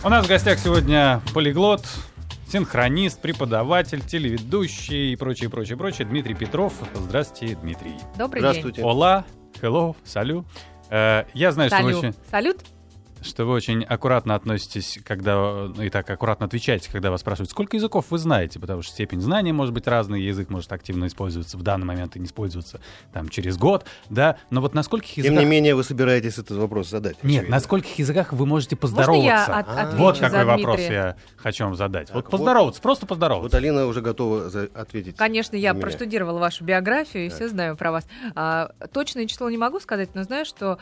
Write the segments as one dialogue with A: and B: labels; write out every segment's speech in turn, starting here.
A: У нас в гостях сегодня полиглот, синхронист, преподаватель, телеведущий и прочее. Дмитрий Петров. Здравствуйте, Дмитрий.
B: Добрый
C: Здравствуйте.
B: день.
A: Ола, hello, салют. Я знаю, что вы очень...
B: Салют.
A: Что вы очень аккуратно относитесь, и так аккуратно отвечаете, когда вас спрашивают, сколько языков вы знаете, потому что степень знания может быть разной, язык может активно использоваться в данный момент и не использоваться там через год, да, но вот на скольких языках...
C: Тем не менее, вы собираетесь этот вопрос задать.
A: Нет,
C: очевидно.
A: на скольких языках вы можете поздороваться?
B: Можно я отвечу
A: Вот
B: за
A: какой вопрос
B: Дмитрия?
A: я хочу вам задать.
C: Так,
A: Вот поздороваться, просто
C: Вот
A: поздороваться.
C: Алина уже готова ответить.
B: Конечно, я
C: за меня.
B: проштудировала вашу биографию и
C: Так.
B: все знаю про вас. Точное число не могу сказать, но знаю, что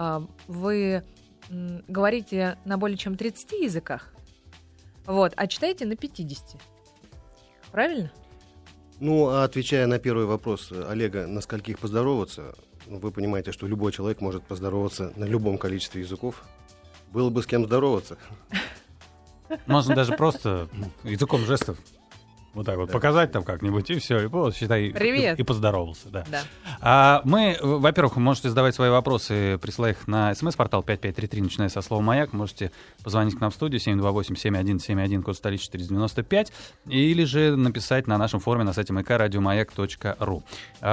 B: вы говорите на более чем 30 языках, вот, а читаете на 50. Правильно?
C: Ну, а отвечая на первый вопрос Олега, на скольких поздороваться, вы понимаете, что любой человек может поздороваться на любом количестве языков. Было бы с кем здороваться.
A: Можно даже просто языком жестов вот так вот
C: Да.
A: показать там как-нибудь, и все, и вот, считай,
B: Привет.
A: и поздоровался, да.
B: Да.
A: Мы, во-первых, вы можете задавать свои вопросы, присылая их на смс-портал 5533, начиная со слова «Маяк». Можете позвонить к нам в студию 728-7171, код столицы 495, или же написать на нашем форуме на сайте mаяк.ру.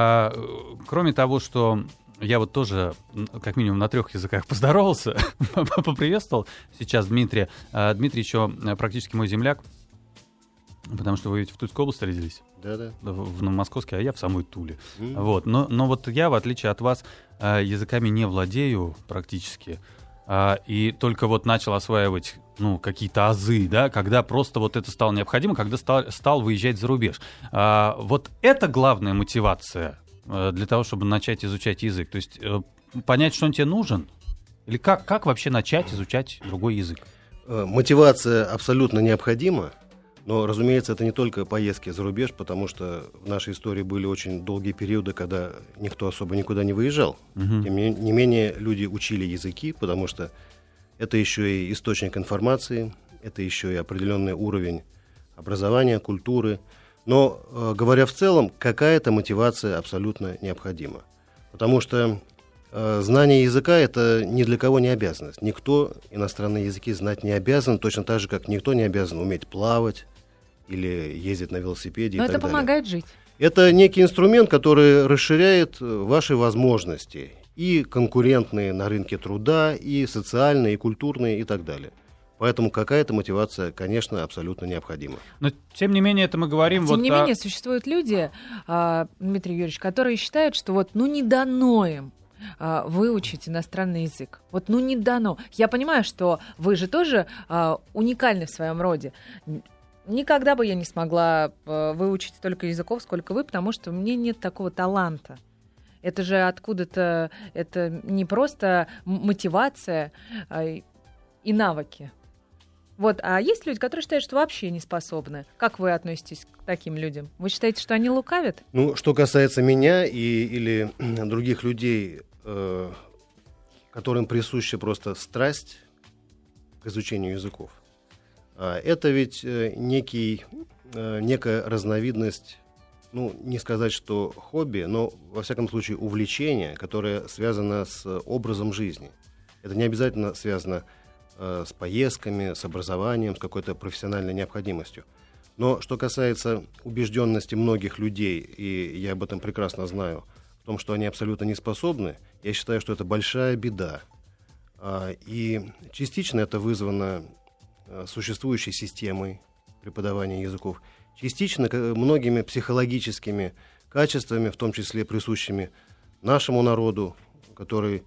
A: Кроме того, что я вот тоже, как минимум, на 3 языках поздоровался, поприветствовал сейчас Дмитрия. Дмитрий еще практически мой земляк, потому что вы ведь в Тульской области родились,
C: Да-да.
A: в Новомосковске, а я в самой Туле.
C: М.
A: Вот. Но вот я, в отличие от вас, языками не владею практически, и только вот начал осваивать какие-то азы, да, когда просто вот это стало необходимо, когда стал выезжать за рубеж. Вот это главная мотивация для того, чтобы начать изучать язык. То есть понять, что он тебе нужен, или как вообще начать изучать другой язык?
C: Мотивация абсолютно необходима, но, разумеется, это не только поездки за рубеж, потому что в нашей истории были очень долгие периоды, когда никто особо никуда не выезжал.
A: Мгм.
C: Тем не менее, люди учили языки, потому что это еще и источник информации, это еще и определенный уровень образования, культуры. Но, говоря в целом, какая-то мотивация абсолютно необходима. Потому что знание языка – это ни для кого не обязанность. Никто иностранные языки знать не обязан, точно так же, как никто не обязан уметь плавать или ездить на велосипеде
B: Но
C: и
B: это
C: так далее.
B: помогает жить.
C: Это некий инструмент, который расширяет ваши возможности, и конкурентные на рынке труда, и социальные, и культурные, и так далее. Поэтому какая-то мотивация, конечно, абсолютно необходима.
A: Но, тем не менее, это мы говорим...
B: Тем не менее, существуют люди, Дмитрий Юрьевич, которые считают, что не дано им выучить иностранный язык. Не дано. Я понимаю, что вы же тоже уникальны в своем роде. Никогда бы я не смогла выучить столько языков, сколько вы, потому что у меня нет такого таланта. Это же откуда-то, это не просто мотивация и навыки. А есть люди, которые считают, что вообще не способны. Как вы относитесь к таким людям? Вы считаете, что они лукавят?
C: Что касается меня или других людей, которым присуща просто страсть к изучению языков, это ведь некая разновидность, не сказать, что хобби, но, во всяком случае, увлечение, которое связано с образом жизни. Это не обязательно связано с поездками, с образованием, с какой-то профессиональной необходимостью. Но что касается убежденности многих людей, и я об этом прекрасно знаю, в том, что они абсолютно не способны, я считаю, что это большая беда. И частично это вызвано существующей системой преподавания языков, частично многими психологическими качествами, в том числе присущими нашему народу, который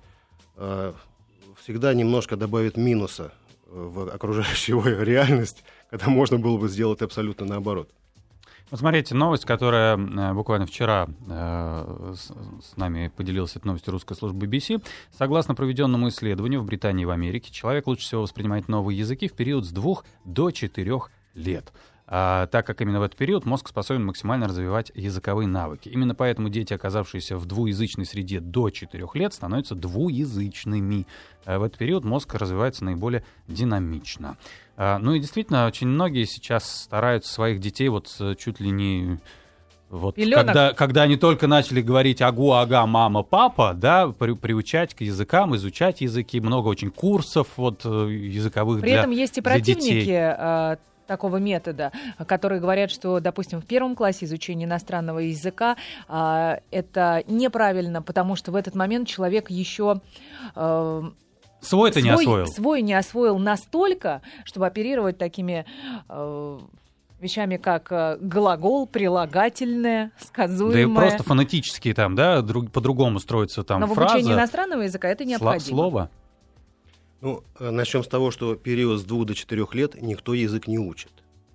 C: всегда немножко добавит минуса в окружающую его реальность, когда можно было бы сделать абсолютно наоборот.
A: Вот смотрите, новость, которая буквально вчера с нами поделилась этой новостью русской службы BBC. Согласно проведенному исследованию в Британии и в Америке, человек лучше всего воспринимает новые языки в период с 2 до 4 лет. Так как именно в этот период мозг способен максимально развивать языковые навыки. Именно поэтому дети, оказавшиеся в двуязычной среде до 4 лет, становятся двуязычными. В этот период мозг развивается наиболее динамично. И действительно, очень многие сейчас стараются своих детей чуть ли не Вот
B: Пелёнок.
A: когда они только начали говорить агу, ага, мама, папа, да, приучать к языкам, изучать языки, много очень курсов вот, языковых
B: При
A: для
B: этом есть и
A: для детей.
B: противники такого метода, которые говорят, что, допустим, в первом классе изучения иностранного языка это неправильно, потому что в этот момент человек еще
A: Свой-то не освоил.
B: свой не освоил настолько, чтобы оперировать такими вещами, как глагол, прилагательное, сказуемое.
A: Да и просто фонетически там, да, по-другому строится там
B: Но в
A: фраза.
B: обучении иностранного языка это необходимо.
A: Слово.
C: Ну, начнем с того, что период с 2 до 4 лет никто язык не учит.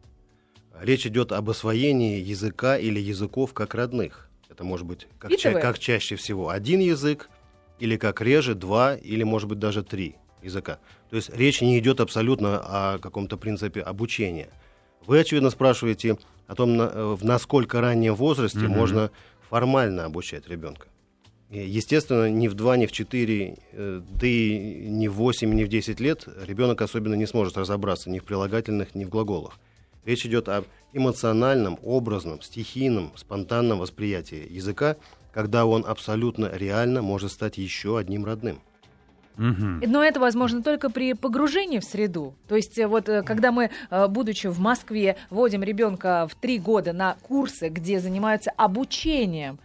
C: Речь идет об освоении языка или языков как родных. Это может быть как чаще всего один язык, или как реже 2, или, может быть, даже 3 языка. То есть речь не идет абсолютно о каком-то принципе обучения. Вы, очевидно, спрашиваете о том, в насколько раннем возрасте можно формально обучать ребенка. Естественно, ни в 2, ни в 4, да и ни в 8, ни в 10 лет ребенок особенно не сможет разобраться ни в прилагательных, ни в глаголах. Речь идет об эмоциональном, образном, стихийном, спонтанном восприятии языка, когда он абсолютно реально может стать еще одним родным.
B: Но это возможно только при погружении в среду. То есть вот когда мы, будучи в Москве, вводим ребенка в 3 года на курсы, где занимаются обучением,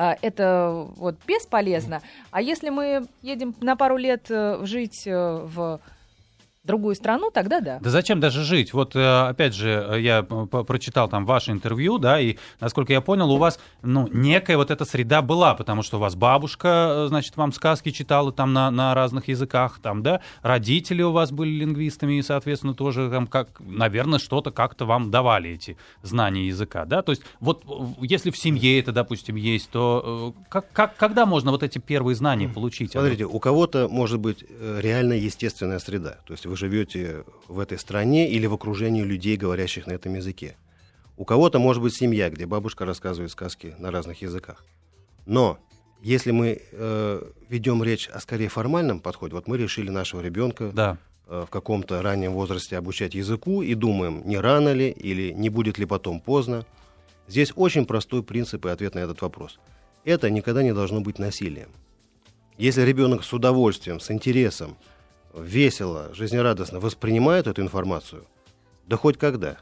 B: это вот бесполезно. А если мы едем на пару лет жить в другую страну, тогда да.
A: Да зачем даже жить? Вот, опять же, я прочитал там ваше интервью, да, и, насколько я понял, у вас, некая вот эта среда была, потому что у вас бабушка, значит, вам сказки читала там на разных языках, там, да, родители у вас были лингвистами, и, соответственно, тоже там, наверное, что-то как-то вам давали эти знания языка, да, то есть вот если в семье это, допустим, есть, то когда можно вот эти первые знания получить?
C: Смотрите, у кого-то может быть реально естественная среда, то есть вы живете в этой стране или в окружении людей, говорящих на этом языке. У кого-то может быть семья, где бабушка рассказывает сказки на разных языках. Но если мы ведем речь о скорее формальном подходе, вот мы решили нашего ребенка в каком-то раннем возрасте обучать языку и думаем, не рано ли или не будет ли потом поздно. Здесь очень простой принцип и ответ на этот вопрос. Это никогда не должно быть насилием. Если ребенок с удовольствием, с интересом, весело, жизнерадостно воспринимает эту информацию, да хоть когда.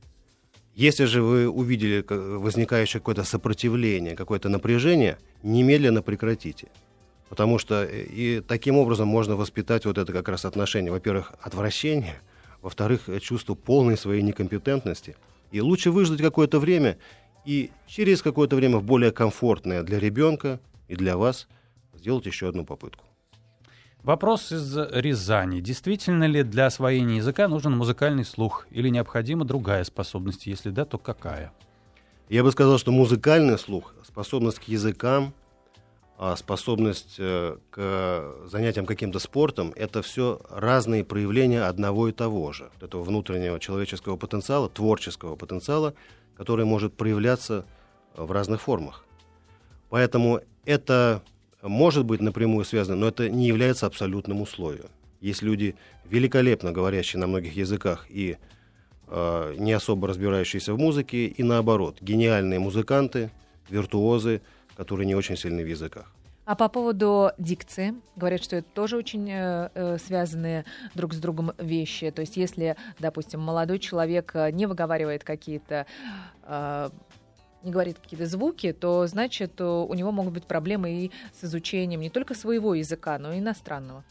C: Если же вы увидели возникающее какое-то сопротивление, какое-то напряжение, немедленно прекратите. Потому что и таким образом можно воспитать вот это как раз отношение. Во-первых, отвращение, во-вторых, чувство полной своей некомпетентности. И лучше выждать какое-то время и через какое-то время в более комфортное для ребенка и для вас сделать еще одну попытку.
A: Вопрос из Рязани. Действительно ли для освоения языка нужен музыкальный слух или необходима другая способность? Если да, то какая?
C: Я бы сказал, что музыкальный слух, способность к языкам, способность к занятиям каким-то спортом — это все разные проявления одного и того же. Этого внутреннего человеческого потенциала, творческого потенциала, который может проявляться в разных формах. Поэтому это может быть напрямую связано, но это не является абсолютным условием. Есть люди, великолепно говорящие на многих языках и не особо разбирающиеся в музыке, и наоборот, гениальные музыканты, виртуозы, которые не очень сильны в языках.
B: А по поводу дикции, говорят, что это тоже очень связанные друг с другом вещи. То есть если, допустим, молодой человек не выговаривает какие-то... не говорит какие-то звуки, то, значит, у него могут быть проблемы и с изучением не только своего языка, но и иностранного.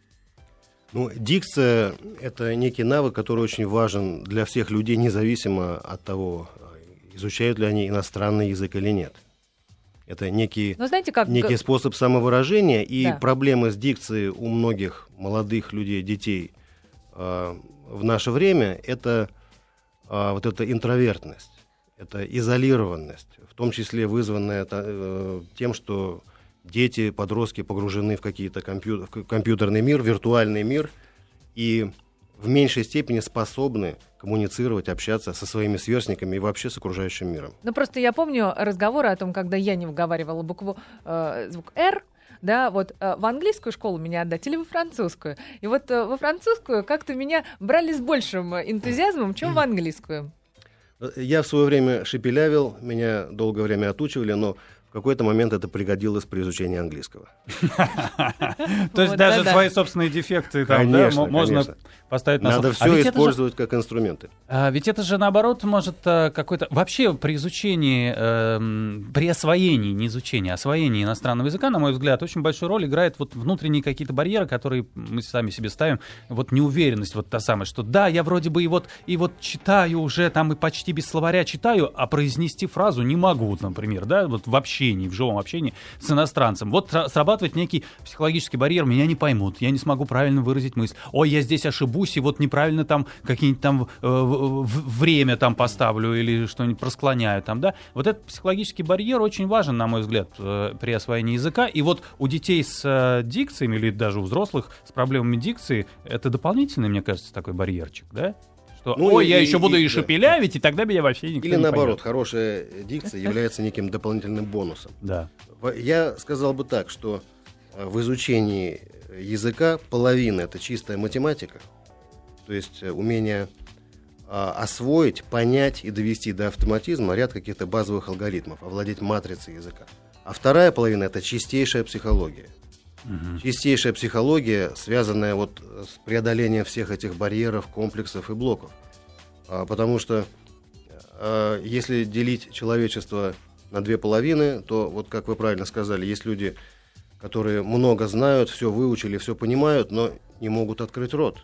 C: Дикция — это некий навык, который очень важен для всех людей, независимо от того, изучают ли они иностранный язык или нет. Это некий способ самовыражения, и проблемы с дикцией у многих молодых людей, детей в наше время — это вот эта интровертность. Это изолированность, в том числе вызванная тем, что дети, подростки погружены в какие-то компьютерный мир, виртуальный мир, и в меньшей степени способны коммуницировать, общаться со своими сверстниками и вообще с окружающим миром.
B: Просто я помню разговоры о том, когда я не выговаривала букву звук «Р», да, вот в английскую школу меня отдать или во французскую. И вот во французскую как-то меня брали с большим энтузиазмом, чем в английскую.
C: Я в свое время шепелявил, меня долгое время отучивали, но в какой-то момент это пригодилось при изучении английского.
A: То есть даже свои собственные дефекты можно поставить на
C: Надо все использовать как инструменты.
A: Ведь это же, наоборот, может какой-то... Вообще при изучении, при освоении, не изучении, освоении иностранного языка, на мой взгляд, очень большую роль играет вот внутренние какие-то барьеры, которые мы сами себе ставим. Вот неуверенность вот та самая, что да, я вроде бы и вот читаю уже там и почти без словаря читаю, а произнести фразу не могу, например, да, вот в общении, в живом общении с иностранцем. Вот срабатывает некий психологический барьер, меня не поймут, я не смогу правильно выразить мысль. Ой, я здесь ошибусь, и вот неправильно там какие-нибудь там время там поставлю или что-нибудь просклоняю там, да. Вот этот психологический барьер очень важен, на мой взгляд, при освоении языка. И вот у детей с дикциями или даже у взрослых с проблемами дикции это дополнительный, мне кажется, такой барьерчик, да? Что, я еще буду и шепелявить, и тогда меня вообще никто
C: или
A: не
C: наоборот,
A: поймет.
C: Хорошая дикция является неким дополнительным бонусом.
A: Да.
C: Я сказал бы так, что в изучении языка половина — это чистая математика, то есть умение освоить, понять и довести до автоматизма ряд каких-то базовых алгоритмов, овладеть матрицей языка. А вторая половина — это чистейшая психология. Чистейшая психология, связанная вот с преодолением всех этих барьеров, комплексов и блоков. Потому что если делить человечество на две половины, то, вот как вы правильно сказали, есть люди, которые много знают, все выучили, все понимают, но не могут открыть рот,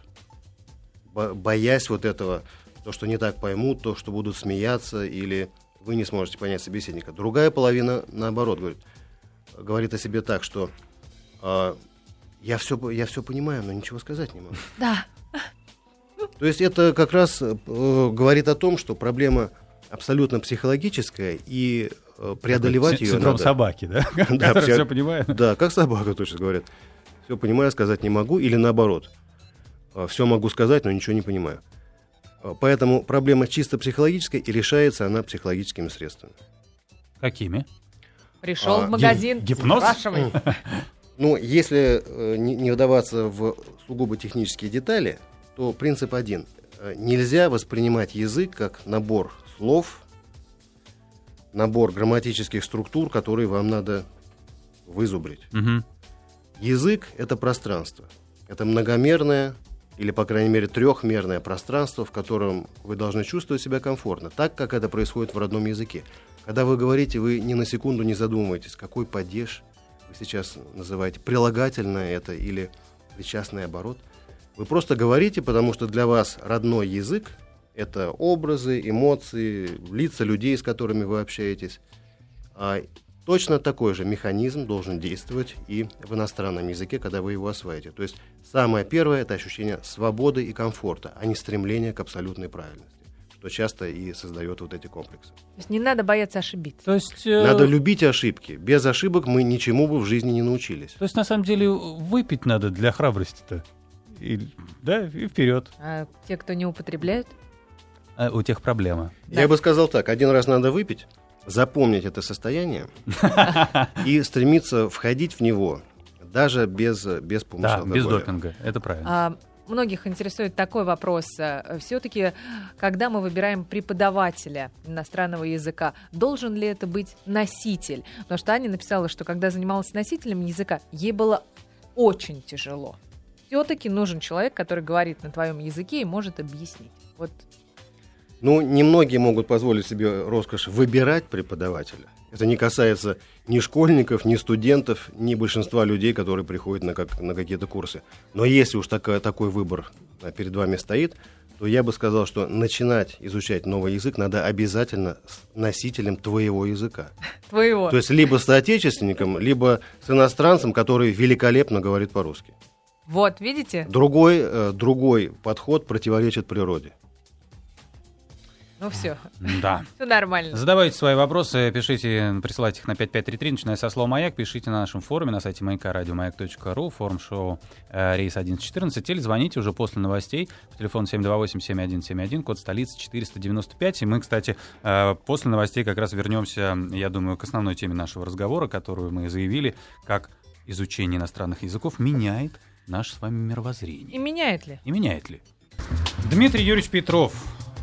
C: боясь вот этого, то, что не так поймут, то, что будут смеяться, или вы не сможете понять собеседника. Другая половина, наоборот, говорит о себе так, что я все понимаю, но ничего сказать не могу.
B: Да.
C: То есть это как раз говорит о том, что проблема абсолютно психологическая, и преодолевать ее
A: синдром
C: надо.
A: собаки, да?
C: Да,
A: Который все понимает.
C: Да, как собака точно говорят. Все понимаю, сказать не могу, или наоборот. Все могу сказать, но ничего не понимаю. Поэтому проблема чисто психологическая, и решается она психологическими средствами.
A: Какими?
B: Пришел в магазин,
A: гипноз?
B: спрашивай.
C: Ну, если не вдаваться в сугубо технические детали, то принцип один. Нельзя воспринимать язык как набор слов, набор грамматических структур, которые вам надо вызубрить.
A: Угу.
C: Язык — это пространство. Это многомерное или, по крайней мере, трехмерное пространство, в котором вы должны чувствовать себя комфортно, так, как это происходит в родном языке. Когда вы говорите, вы ни на секунду не задумываетесь, какой падеж вы сейчас называете, прилагательное это или причастный оборот. Вы просто говорите, потому что для вас родной язык — это образы, эмоции, лица людей, с которыми вы общаетесь. Точно такой же механизм должен действовать и в иностранном языке, когда вы его осваиваете. То есть самое первое — это ощущение свободы и комфорта, а не стремление к абсолютной правильности, что часто и создает вот эти комплексы.
B: То есть не надо бояться ошибиться.
A: То есть,
C: надо любить ошибки. Без ошибок мы ничему бы в жизни не научились.
A: То есть, на самом деле, выпить надо для храбрости-то. И вперед.
B: А те, кто не употребляют?
A: У тех проблема.
C: Я бы сказал так: один раз надо выпить, запомнить это состояние и стремиться входить в него даже без помощи алкоголя.
A: Без допинга, это правильно.
B: Многих интересует такой вопрос. Все-таки, когда мы выбираем преподавателя иностранного языка, должен ли это быть носитель? Потому что Аня написала, что когда занималась носителем языка, ей было очень тяжело. Все-таки нужен человек, который говорит на твоем языке и может объяснить. Вот.
C: Ну, немногие могут позволить себе роскошь выбирать преподавателя. Это не касается ни школьников, ни студентов, ни большинства людей, которые приходят на какие-то курсы. Но если уж такой выбор перед вами стоит, то я бы сказал, что начинать изучать новый язык надо обязательно с носителем твоего языка.
B: Твоего.
C: То есть либо с соотечественником, либо с иностранцем, который великолепно говорит по-русски.
B: Вот, видите?
C: Другой подход противоречит природе.
B: Ну все.
A: Да.
B: Все нормально.
A: Задавайте свои вопросы, пишите, присылайте их на 5533, начиная со слова «Маяк», пишите на нашем форуме на сайте маяка, радиомаяк.ру, форум-шоу «Рейс 1114», или звоните уже после новостей по телефону 728-7171, код столицы 495. И мы, кстати, после новостей как раз вернемся, я думаю, к основной теме нашего разговора, которую мы заявили, как изучение иностранных языков меняет наше с вами мировоззрение.
B: И меняет ли?
A: И меняет ли? Дмитрий Юрьевич Петров,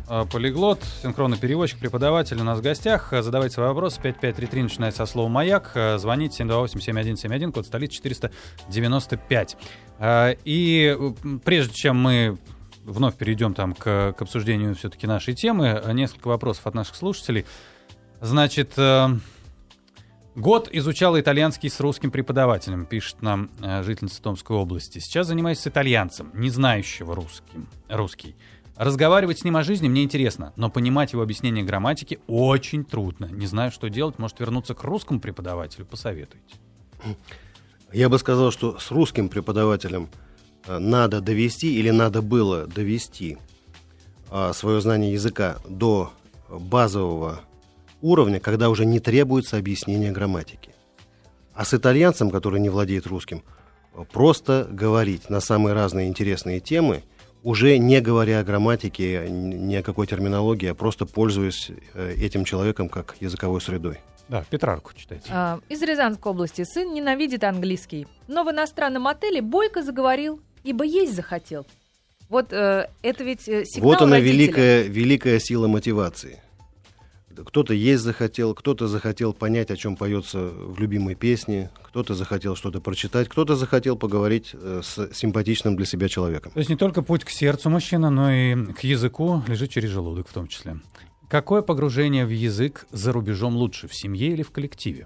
A: полиглот, синхронный переводчик, преподаватель у нас в гостях. Задавайте свои вопросы. 5533 начинается со слова «Маяк». Звоните 728-7171, код столицы 495. И прежде чем мы вновь перейдем там к обсуждению все-таки нашей темы, несколько вопросов от наших слушателей. Значит, год изучала итальянский с русским преподавателем, пишет нам жительница Томской области. Сейчас занимаюсь с итальянцем, не знающего русский. Разговаривать с ним о жизни мне интересно, но понимать его объяснение грамматики очень трудно. Не знаю, что делать. Может, вернуться к русскому преподавателю? Посоветуйте.
C: Я бы сказал, что с русским преподавателем надо довести или надо было довести свое знание языка до базового уровня, когда уже не требуется объяснение грамматики. А с итальянцем, который не владеет русским, просто говорить на самые разные интересные темы, уже не говоря о грамматике, ни о какой терминологии, а просто пользуясь этим человеком как языковой средой.
A: Да, Петрарку читайте.
B: Из Рязанской области. Сын ненавидит английский, но в иностранном отеле бойко заговорил, ибо есть захотел. Вот это ведь сигнал
C: Вот она,
B: родителя.
C: великая сила мотивации. Кто-то есть захотел, кто-то захотел понять, о чем поется в любимой песне, кто-то захотел что-то прочитать, кто-то захотел поговорить с симпатичным для себя человеком.
A: То есть не только путь к сердцу мужчины, но и к языку лежит через желудок в том числе. Какое погружение в язык за рубежом лучше, в семье или в коллективе?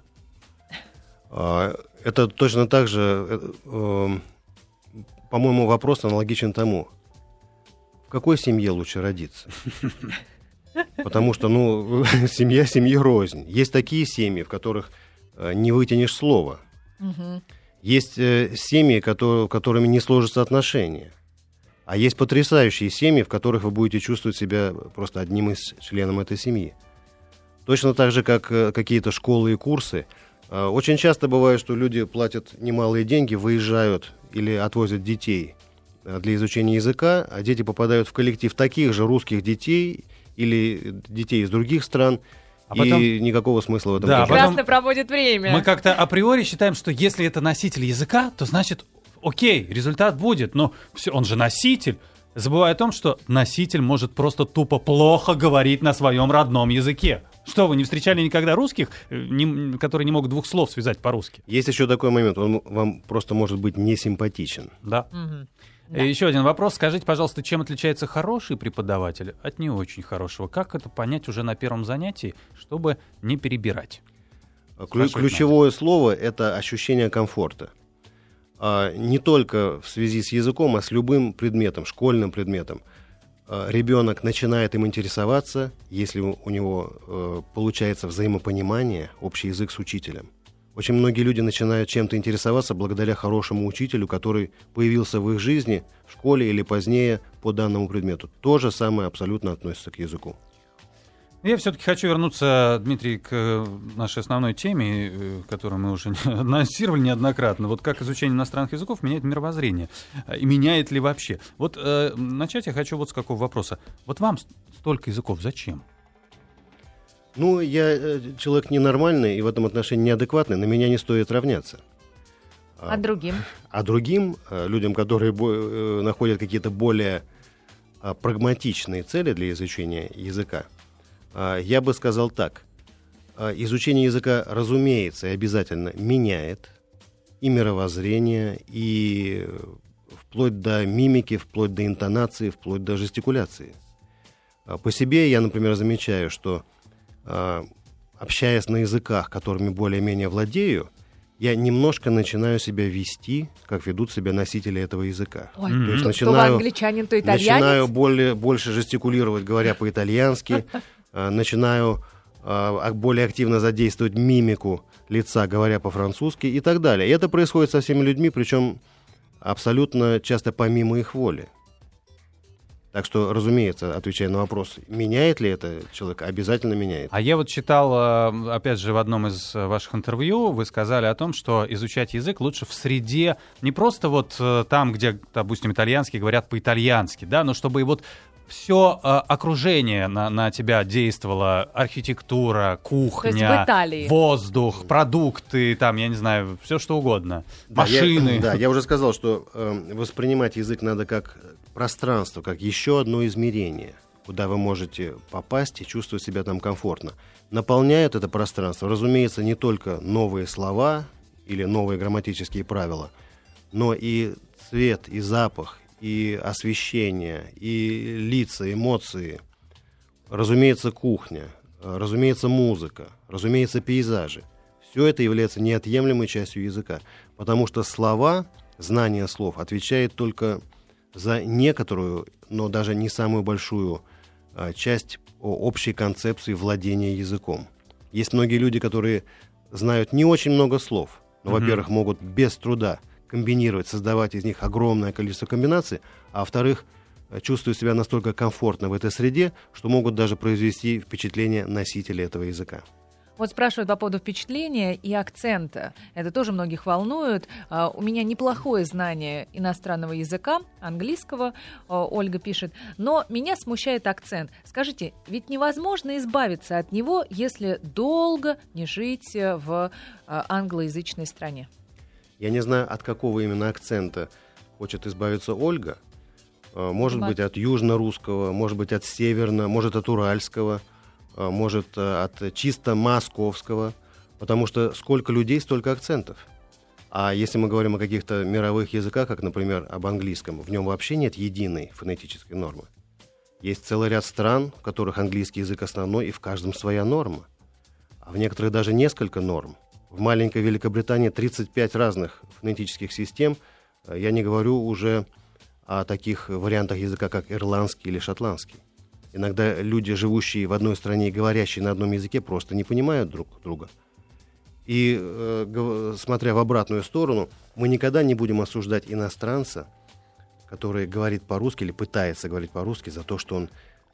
C: Это точно так же, по-моему, вопрос аналогичен тому, в какой семье лучше родиться? Потому что, семья семьи рознь. Есть такие семьи, в которых не вытянешь слова.
B: Угу.
C: Есть семьи, которыми не сложатся отношения. А есть потрясающие семьи, в которых вы будете чувствовать себя просто одним из членов этой семьи. Точно так же, как какие-то школы и курсы. Очень часто бывает, что люди платят немалые деньги, выезжают или отвозят детей для изучения языка, а дети попадают в коллектив таких же русских детей или детей из других стран, потом... и никакого смысла в этом
A: да,
C: нет.
B: Прекрасно проводит время.
A: Мы как-то априори считаем, что если это носитель языка, то значит, окей, результат будет, но все, он же носитель. Забывая о том, что носитель может просто тупо плохо говорить на своем родном языке. Что, вы не встречали никогда русских, которые не могут двух слов связать по-русски?
C: Есть еще такой момент, он вам просто может быть несимпатичен.
A: Да.
B: Угу.
A: Да. Еще один вопрос. Скажите, пожалуйста, чем отличается хороший преподаватель от не очень хорошего? Как это понять уже на первом занятии, чтобы не перебирать?
C: Ключевое слово — это ощущение комфорта. Не только в связи с языком, а с любым предметом, школьным предметом. Ребенок начинает им интересоваться, если у него получается взаимопонимание, общий язык с учителем. Очень многие люди начинают чем-то интересоваться благодаря хорошему учителю, который появился в их жизни в школе или позднее по данному предмету. То же самое абсолютно относится к языку.
A: Я все-таки хочу вернуться, Дмитрий, к нашей основной теме, которую мы уже анонсировали неоднократно. Вот как изучение иностранных языков меняет мировоззрение. И меняет ли вообще? Вот начать я хочу вот с какого вопроса. Вот вам столько языков зачем?
C: Я человек ненормальный и в этом отношении неадекватный, на меня не стоит равняться.
B: А другим?
C: А другим, людям, которые находят какие-то более прагматичные цели для изучения языка, я бы сказал так. Изучение языка, разумеется, и обязательно меняет и мировоззрение, и вплоть до мимики, вплоть до интонации, вплоть до жестикуляции. По себе я, например, замечаю, что общаясь на языках, которыми более-менее владею, я немножко начинаю себя вести, как ведут себя носители этого языка.
B: Ой,
C: То есть
B: то вы англичанин, то итальянец.
C: Начинаю больше жестикулировать, говоря по-итальянски, начинаю более активно задействовать мимику лица, говоря по-французски и так далее. И это происходит со всеми людьми, причем абсолютно часто помимо их воли. Так что, разумеется, отвечая на вопрос, меняет ли это человека, обязательно меняет.
A: А я вот читал, опять же, в одном из ваших интервью, вы сказали о том, что изучать язык лучше в среде, не просто вот там, где, допустим, итальянские говорят по-итальянски, да, но чтобы и вот все окружение на тебя действовало, архитектура, кухня, воздух, продукты, там, я не знаю, все что угодно, машины.
C: Я уже сказал, что воспринимать язык надо как пространство, как еще одно измерение. куда вы можете попасть и чувствовать себя там комфортно. Наполняют это пространство, разумеется, не только новые слова или новые грамматические правила, но и цвет, и запах, и освещение, и лица, эмоции, разумеется, кухня, разумеется, музыка, разумеется, пейзажи. Все это является неотъемлемой частью языка, потому что слова, знание слов отвечает только за некоторую, но даже не самую большую часть общей концепции владения языком. Есть многие люди, которые знают не очень много слов, но, во-первых, могут без труда комбинировать, создавать из них огромное количество комбинаций, а во-вторых, чувствуют себя настолько комфортно в этой среде, что могут даже произвести впечатление носителя этого языка.
B: Вот спрашивают по поводу впечатления и акцента. Это тоже многих волнует. У меня неплохое знание иностранного языка, английского, Ольга пишет, но меня смущает акцент. Скажите, ведь невозможно избавиться от него, если долго не жить в англоязычной стране?
C: Я не знаю, от какого именно акцента хочет избавиться Ольга. Может быть, от южно-русского, может быть, от северно, может, от уральского, может, от чисто московского, потому что сколько людей, столько акцентов. А если мы говорим о каких-то мировых языках, как, например, об английском, в нем вообще нет единой фонетической нормы. Есть целый ряд стран, в которых английский язык основной, и в каждом своя норма. А в некоторых даже несколько норм. В маленькой Великобритании 35 разных фонетических систем. Я не говорю уже о таких вариантах языка, как ирландский или шотландский. Иногда люди, живущие в одной стране и говорящие на одном языке, просто не понимают друг друга. И, смотря в обратную сторону, мы никогда не будем осуждать иностранца, который говорит по-русски или пытается говорить по-русски, за то, что он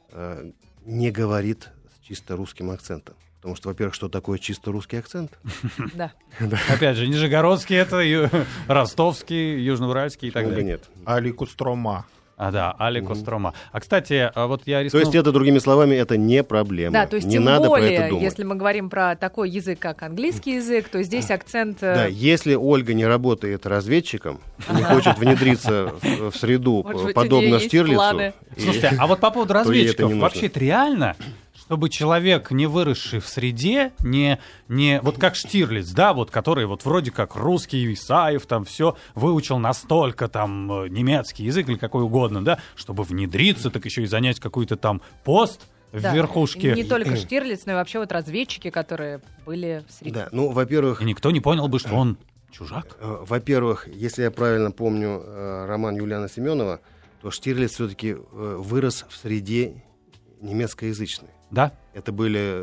C: не говорит с чисто русским акцентом. Потому что, во-первых, что такое чисто русский акцент?
B: Да.
A: Опять же, нижегородский это, ростовский, южноуральский и так далее.
C: Нет.
D: Али Кострома.
A: Да, Али Кострома. А, кстати, вот я
C: То есть это, другими словами, это не проблема.
B: Да, то есть
C: не
B: тем
C: надо
B: более,
C: про это думать.
B: если мы говорим про такой язык, как английский язык, то здесь акцент...
C: Да, если Ольга не работает разведчиком, не хочет внедриться в среду, подобно Штирлицу...
A: Слушайте, а вот по поводу разведчиков, вообще это реально? Чтобы человек, не выросший в среде, не вот как Штирлиц, да, вот который вот вроде как русский, Исаев, там все выучил настолько там немецкий язык или какой угодно, да, чтобы внедриться, так еще и занять какой-то там пост в верхушке.
B: Не только Штирлиц, но и вообще вот разведчики, которые были в среде.
C: Да, ну, во-первых...
A: И никто не понял бы, что он чужак.
C: Во-первых, если я правильно помню роман Юлиана Семенова, то Штирлиц все-таки вырос в среде немецкоязычной.
A: Да.
C: Это были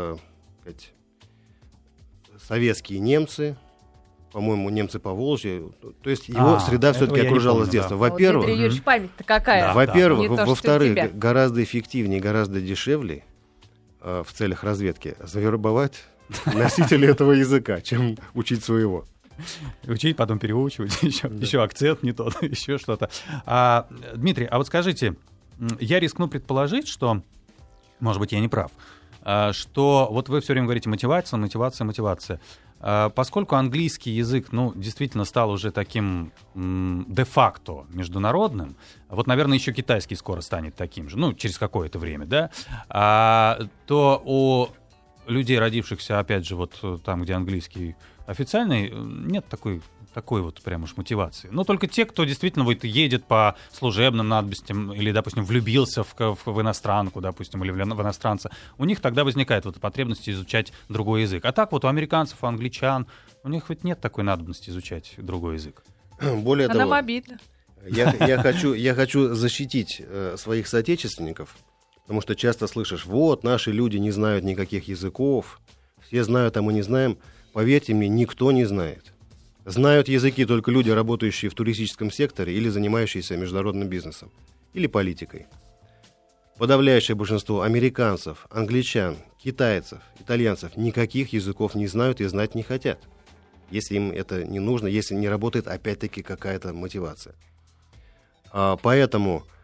C: советские немцы, по-моему, немцы по Волжье. То есть его среда все-таки окружала с детства.
A: Да.
C: Во-первых,
B: Дмитрий Юрьевич, память-то какая?
C: Во-первых,
B: Не то,
C: во-вторых, гораздо эффективнее, гораздо дешевле в целях разведки завербовать носителей этого языка, чем учить своего.
A: Учить, потом переучивать, еще акцент не тот, еще что-то. Дмитрий, а вот скажите, я рискну предположить, что, может быть, я не прав, что вот вы все время говорите мотивация. Поскольку английский язык, действительно стал уже таким де-факто международным, вот, наверное, еще китайский скоро станет таким же, через какое-то время, да, то у людей, родившихся, опять же, вот там, где английский официальный, нет такой вот прям уж мотивации. Но только те, кто действительно вот едет по служебным надобностям или, допустим, влюбился в иностранку, допустим, или в иностранца, у них тогда возникает вот потребность изучать другой язык. А так вот у американцев, у англичан, у них ведь нет такой надобности изучать другой язык.
C: Более того,
B: нам обидно.
C: Я хочу защитить своих соотечественников, потому что часто слышишь, вот, наши люди не знают никаких языков, все знают, а мы не знаем. Поверьте мне, никто не знает. Знают языки только люди, работающие в туристическом секторе или занимающиеся международным бизнесом или политикой. Подавляющее большинство американцев, англичан, китайцев, итальянцев никаких языков не знают и знать не хотят, если им это не нужно, если не работает опять-таки какая-то мотивация. Поэтому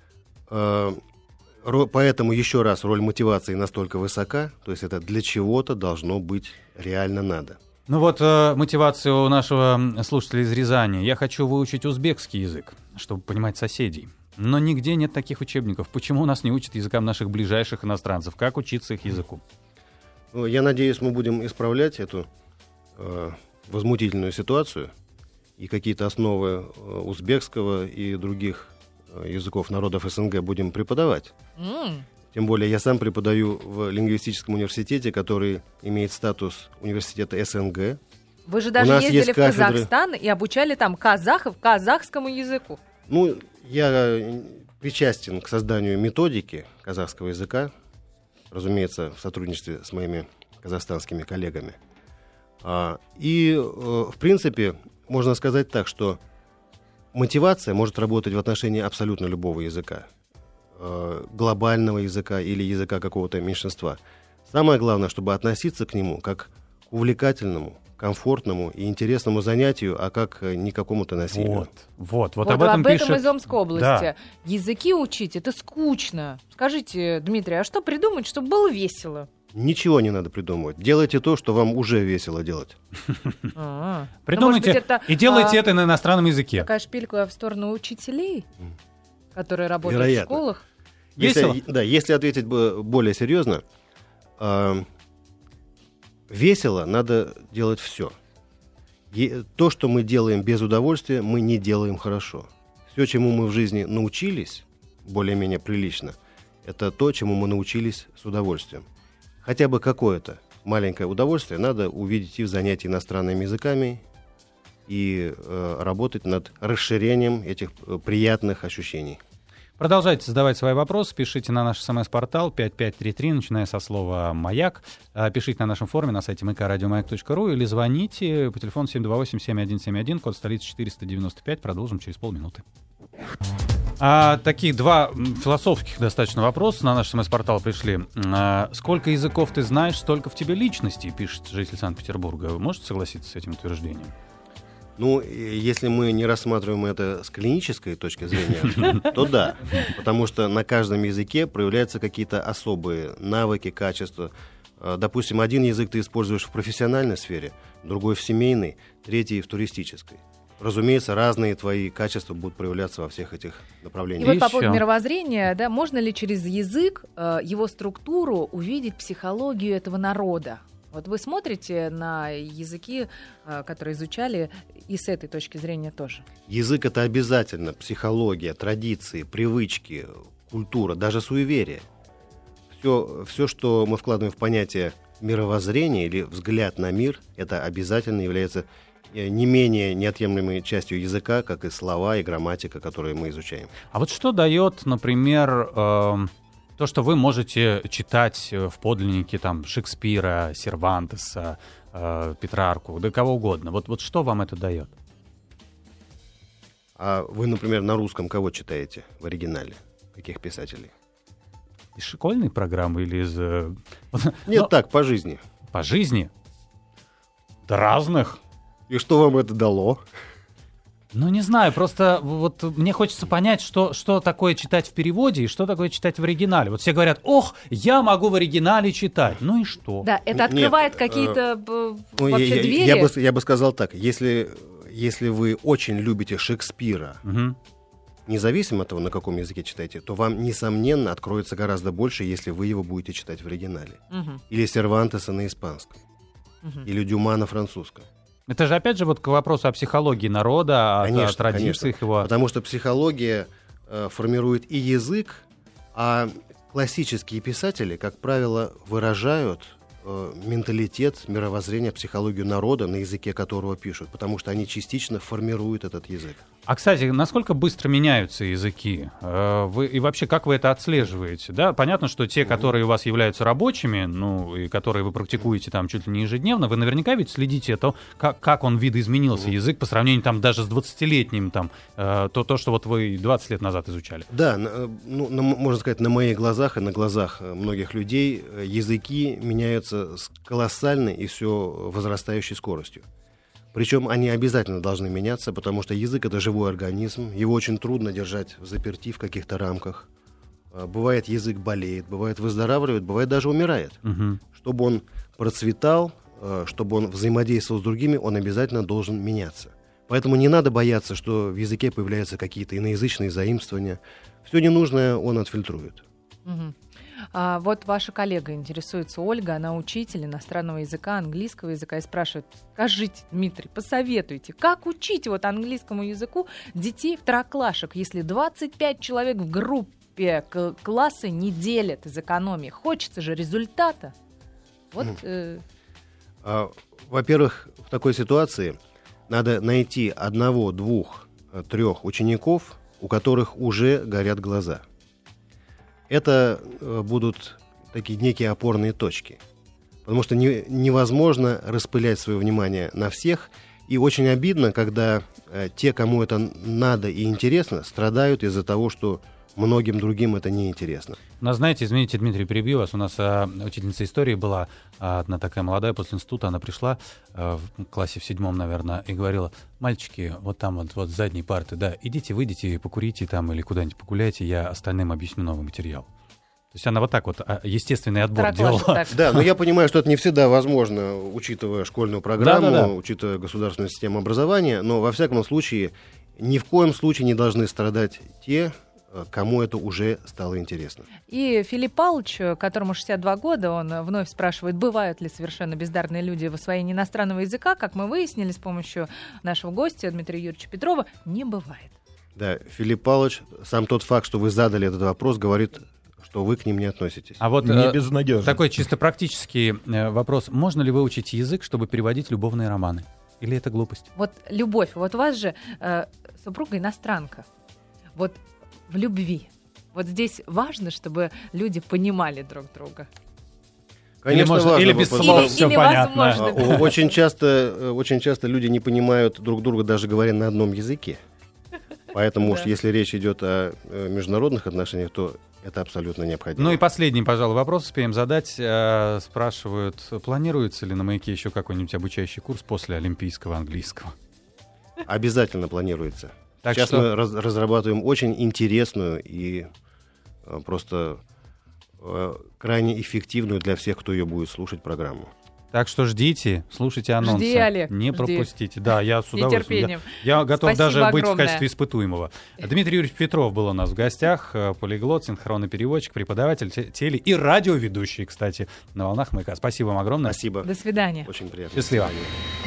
C: еще раз роль мотивации настолько высока, то есть это для чего-то должно быть реально надо.
A: Мотивация у нашего слушателя из Рязани. Я хочу выучить узбекский язык, чтобы понимать соседей. Но нигде нет таких учебников. Почему нас не учат языкам наших ближайших иностранцев? Как учиться их языку?
C: Я надеюсь, мы будем исправлять эту возмутительную ситуацию, и какие-то основы узбекского и других языков народов СНГ будем преподавать. Тем более я сам преподаю в лингвистическом университете, который имеет статус университета СНГ.
B: Вы же даже ездили в Казахстан и обучали там казахов казахскому языку.
C: Ну, я причастен к созданию методики казахского языка, разумеется, в сотрудничестве с моими казахстанскими коллегами. И, в принципе, можно сказать так, что мотивация может работать в отношении абсолютно любого языка, глобального языка или языка какого-то меньшинства. Самое главное, чтобы относиться к нему как к увлекательному, комфортному и интересному занятию, а как не к какому-то насилию.
A: Вот об этом пишет...
B: из Омской области. Да. Языки учить — это скучно. Скажите, Дмитрий, а что придумать, чтобы было весело?
C: Ничего не надо придумывать. Делайте то, что вам уже весело делать.
A: Придумайте и делайте это на иностранном языке.
B: Такая шпилька в сторону учителей, которые работают в школах.
C: Если ответить более серьезно, весело надо делать все. То, что мы делаем без удовольствия, мы не делаем хорошо. Все, чему мы в жизни научились, более-менее прилично, это то, чему мы научились с удовольствием. Хотя бы какое-то маленькое удовольствие надо увидеть и в занятии иностранными языками, и работать над расширением этих приятных ощущений.
A: Продолжайте задавать свои вопросы, пишите на наш СМС-портал 5533, начиная со слова «Маяк». Пишите на нашем форуме на сайте mk.radiomayak.ru или звоните по телефону 728-7171, код столицы 495. Продолжим через полминуты. Такие два философских достаточно вопроса на наш СМС-портал пришли. Сколько языков ты знаешь, столько в тебе личностей, пишет житель Санкт-Петербурга. Вы можете согласиться с этим утверждением?
C: Ну, если мы не рассматриваем это с клинической точки зрения, то да. Потому что на каждом языке проявляются какие-то особые навыки, качества. Допустим, один язык ты используешь в профессиональной сфере, другой в семейной, третий в туристической. Разумеется, разные твои качества будут проявляться во всех этих направлениях.
B: И вот по поводу мировоззрения, да, можно ли через язык, его структуру увидеть психологию этого народа? Вот вы смотрите на языки, которые изучали, и с этой точки зрения тоже.
C: Язык — это обязательно психология, традиции, привычки, культура, даже суеверие. Все, что мы вкладываем в понятие мировоззрения или взгляд на мир, это обязательно является не менее неотъемлемой частью языка, как и слова и грамматика, которые мы изучаем.
A: А вот что дает, например, то, что вы можете читать в подлиннике там, Шекспира, Сервантеса, Петрарку, да кого угодно. Вот что вам это дает?
C: А вы, например, на русском кого читаете в оригинале? Каких писателей?
A: Из школьной программы или из...
C: Нет, так, по жизни.
A: По жизни? Да разных.
C: И что вам это дало?
A: Ну, не знаю, просто вот мне хочется понять, что такое читать в переводе и что такое читать в оригинале. Вот все говорят, ох, я могу в оригинале читать. Ну и что?
B: Да, это открывает какие-то вообще двери.
C: Я бы сказал так, если вы очень любите Шекспира, независимо от того, на каком языке читаете, то вам, несомненно, откроется гораздо больше, если вы его будете читать в оригинале. Или Сервантеса на испанском. Или Дюма на французском.
A: Это же, опять же, вот к вопросу о психологии народа, о традициях его.
C: Потому что психология формирует и язык, а классические писатели, как правило, выражают менталитет, мировоззрение, психологию народа, на языке которого пишут, потому что они частично формируют этот язык.
A: А, кстати, насколько быстро меняются языки? И вообще, как вы это отслеживаете? Да, понятно, что те, которые у вас являются рабочими, ну, и которые вы практикуете там чуть ли не ежедневно, вы наверняка ведь следите это, как он видоизменился, язык, по сравнению там даже с 20-летним, там, то, что вот вы 20 лет назад изучали.
C: Да, можно сказать, на моих глазах и на глазах многих людей языки меняются с колоссальной и все возрастающей скоростью. Причем они обязательно должны меняться, потому что язык — это живой организм, его очень трудно держать взаперти в каких-то рамках. Бывает, язык болеет, бывает, выздоравливает, бывает, даже умирает. Чтобы он процветал, чтобы он взаимодействовал с другими, он обязательно должен меняться. Поэтому не надо бояться, что в языке появляются какие-то иноязычные заимствования. Все ненужное он отфильтрует.
B: Мгм. Вот ваша коллега интересуется, Ольга, она учитель иностранного языка, английского языка, и спрашивает: скажите, Дмитрий, посоветуйте, как учить вот английскому языку детей второклашек, если 25 человек в группе классы не делят из экономии? Хочется же результата. Вот,
C: Во-первых, в такой ситуации надо найти 1, 2, 3 учеников, у которых уже горят глаза. Это будут такие некие опорные точки. Потому что невозможно распылять свое внимание на всех. И очень обидно, когда те, кому это надо и интересно, страдают из-за того, что многим другим это неинтересно.
A: Но знаете, извините, Дмитрий, перебью вас. У нас учительница истории была, одна такая молодая, после института. Она пришла в классе в 7, наверное, и говорила: мальчики, вот там вот с задней парты, да, идите, выйдите, покурите там или куда-нибудь погуляйте, я остальным объясню новый материал. То есть она вот так вот естественный отбор делала.
C: Да, но я понимаю, что это не всегда возможно, учитывая школьную программу, учитывая государственную систему образования, но во всяком случае ни в коем случае не должны страдать те, кому это уже стало интересно.
B: И Филипп Павлович, которому 62 года, он вновь спрашивает, бывают ли совершенно бездарные люди в освоении иностранного языка. Как мы выяснили с помощью нашего гостя Дмитрия Юрьевича Петрова, не бывает.
C: Да, Филипп Павлович, сам тот факт, что вы задали этот вопрос, говорит, что вы к ним не относитесь.
A: А вот
D: не безнадежно.
A: Такой чисто практический вопрос. Можно ли выучить язык, чтобы переводить любовные романы? Или это глупость? Вот
B: любовь. Вот у вас же супруга иностранка. Вот в любви. Вот здесь важно, чтобы люди понимали друг друга.
C: Конечно,
A: или,
C: важно,
A: или без слов все понятно.
C: Очень часто люди не понимают друг друга, даже говоря на одном языке. Поэтому уж если речь идет о международных отношениях, то это абсолютно необходимо.
A: Ну и последний, пожалуй, вопрос успеем задать. Спрашивают, планируется ли на «Маяке» еще какой-нибудь обучающий курс после олимпийского английского?
C: Обязательно планируется.
A: Так
C: Сейчас
A: что...
C: мы разрабатываем очень интересную и просто крайне эффективную для всех, кто ее будет слушать, программу.
A: Так что ждите, слушайте анонсы.
B: Жди, Олег,
A: не пропустите. Да, я с
B: удовольствием.
A: Я готов
B: Спасибо
A: даже быть
B: огромное.
A: в качестве испытуемого. Дмитрий Юрьевич Петров был у нас в гостях, полиглот, синхронный переводчик, преподаватель, теле- и радиоведущий, кстати, на «Волнах Маяка». Спасибо вам огромное.
C: Спасибо.
B: До свидания.
C: Очень приятно.
A: Счастливо.